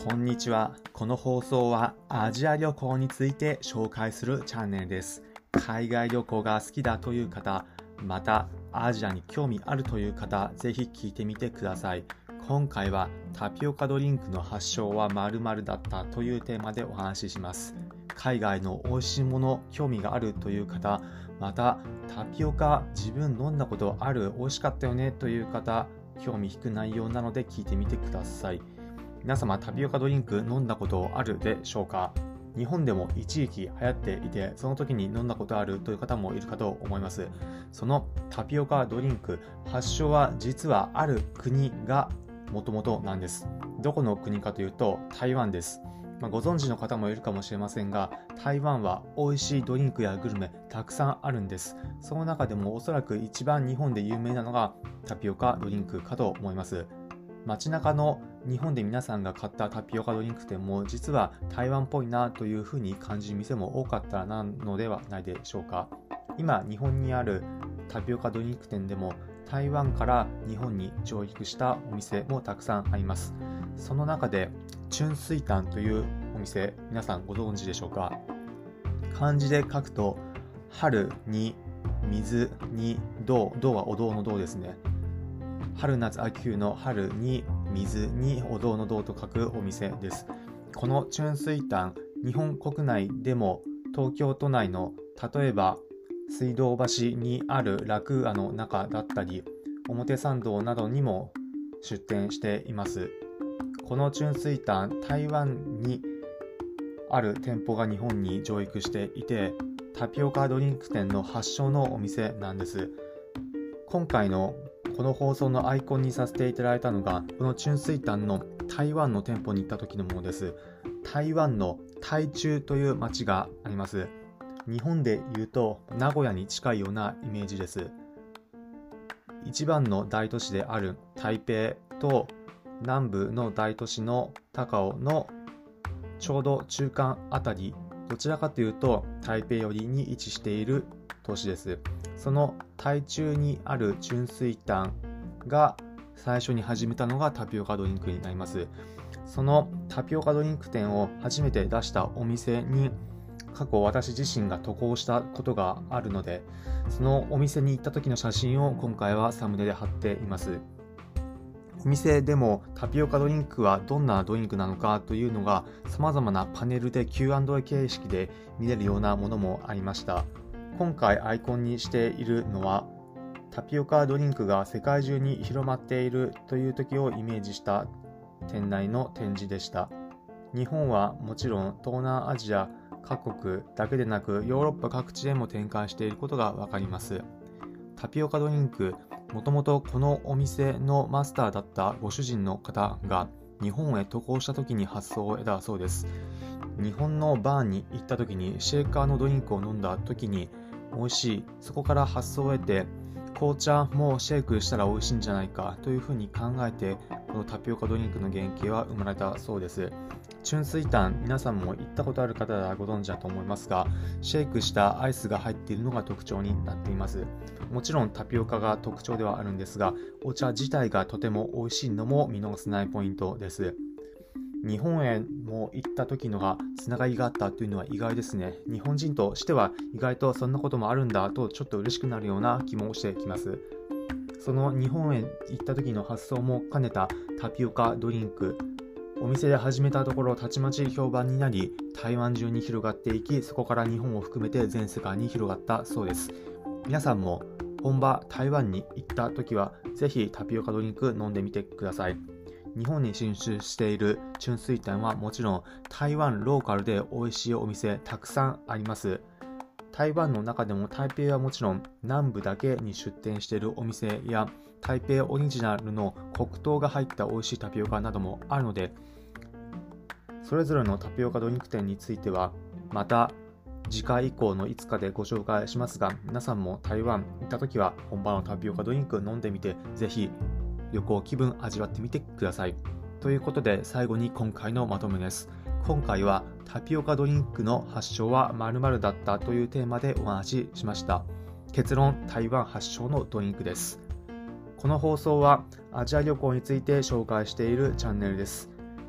こんにちは。この放送はアジア旅行について紹介するチャンネルです。海外旅行が好きだという方、またアジアに興味あるという方、ぜひ聞いてみてください。今回はタピオカドリンクの発祥は〇〇だったというテーマでお話しします。海外の美味しいもの、興味があるという方、またタピオカ自分飲んだことある、美味しかったよねという方、興味引く内容なので聞いてみてください。皆様タピオカドリンク飲んだことあるでしょうか？日本でも一時期流行っていて、その時に飲んだことあるという方もいるかと思います。そのタピオカドリンク発祥は実はある国がもともとなんです。どこの国かというと台湾です。ご存知の方もいるかもしれませんが、台湾は美味しいドリンクやグルメたくさんあるんです。その中でもおそらく一番日本で有名なのがタピオカドリンクかと思います。街中の日本で皆さんが買ったタピオカドリンク店も実は台湾っぽいなというふうに感じる店も多かったなのではないでしょうか。今日本にあるタピオカドリンク店でも台湾から日本に上陸したお店もたくさんあります。その中で春水堂というお店、皆さんご存知でしょうか？漢字で書くと春に水に銅はお堂の銅ですね。春夏秋冬の春に水にお堂の堂と書くお店です。この春水堂、日本国内でも東京都内の例えば水道橋にある楽屋の中だったり表参道などにも出店しています。この春水堂、台湾にある店舗が日本に上陸していて、タピオカドリンク店の発祥のお店なんです。今回のこの放送のアイコンにさせていただいたのが、この春水堂の台湾の店舗に行った時のものです。台湾の台中という町があります。日本でいうと名古屋に近いようなイメージです。一番の大都市である台北と南部の大都市の高雄のちょうど中間あたり、どちらかというと台北寄りに位置している都市です。その台中にある春水堂が最初に始めたのがタピオカドリンクになります。そのタピオカドリンク店を初めて出したお店に過去私自身が渡航したことがあるので、そのお店に行った時の写真を今回はサムネで貼っています。お店でもタピオカドリンクはどんなドリンクなのかというのが様々なパネルで Q&A 形式で見れるようなものもありました。今回アイコンにしているのはタピオカドリンクが世界中に広まっているという時をイメージした店内の展示でした。日本はもちろん東南アジア各国だけでなくヨーロッパ各地でも展開していることがわかります。タピオカドリンク、もともとこのお店のマスターだったご主人の方が日本へ渡航した時に発想を得たそうです。日本のバーに行った時にシェーカーのドリンクを飲んだ時に美味しい、そこから発想を得て紅茶もシェイクしたら美味しいんじゃないかというふうに考えて、このタピオカドリンクの原型は生まれたそうです。春水堂、皆さんも行ったことある方はご存知だと思いますが、シェイクしたアイスが入っているのが特徴になっています。もちろんタピオカが特徴ではあるんですが、お茶自体がとても美味しいのも見逃せないポイントです。日本へも行った時のがつながりがあったというのは意外ですね。日本人としては意外とそんなこともあるんだとちょっと嬉しくなるような気もしてきます。その日本へ行った時の発想も兼ねたタピオカドリンク、お店で始めたところたちまち評判になり、台湾中に広がっていき、そこから日本を含めて全世界に広がったそうです。皆さんも本場台湾に行った時はぜひタピオカドリンク飲んでみてください。日本に進出している春水堂はもちろん台湾ローカルで美味しいお店たくさんあります。台湾の中でも台北はもちろん南部だけに出店しているお店や台北オリジナルの黒糖が入った美味しいタピオカなどもあるので、それぞれのタピオカドリンク店についてはまた次回以降のいつかでご紹介しますが、皆さんも台湾行った時は本場のタピオカドリンク飲んでみて、ぜひ旅行気分味わってみてください。ということで最後に今回のまとめです。今回はタピオカドリンクの発祥は〇〇だったというテーマでお話ししました。結論、台湾発祥のドリンクです。この放送はアジア旅行について紹介しているチャンネルです。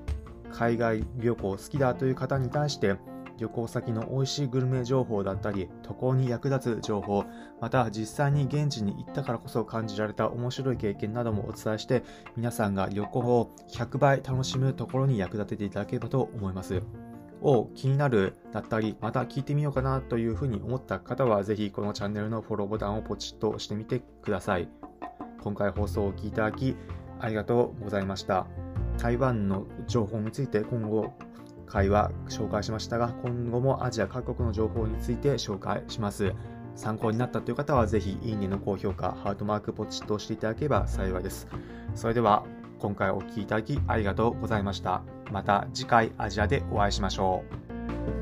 海外旅行好きだという方に対して旅行先の美味しいグルメ情報だったり、渡航に役立つ情報、また実際に現地に行ったからこそ感じられた面白い経験などもお伝えして、皆さんが旅行を100倍楽しむところに役立てていただければと思います。気になるだったり、また聞いてみようかなというふうに思った方は、ぜひこのチャンネルのフォローボタンをポチッと押してみてください。今回放送を聞いていただきありがとうございました。台湾の情報について今後紹介しましたが、今後もアジア各国の情報について紹介します。参考になったという方はぜひいいねの高評価、ハートマークポチッと押していただければ幸いです。それでは今回お聞きいただきありがとうございました。また次回アジアでお会いしましょう。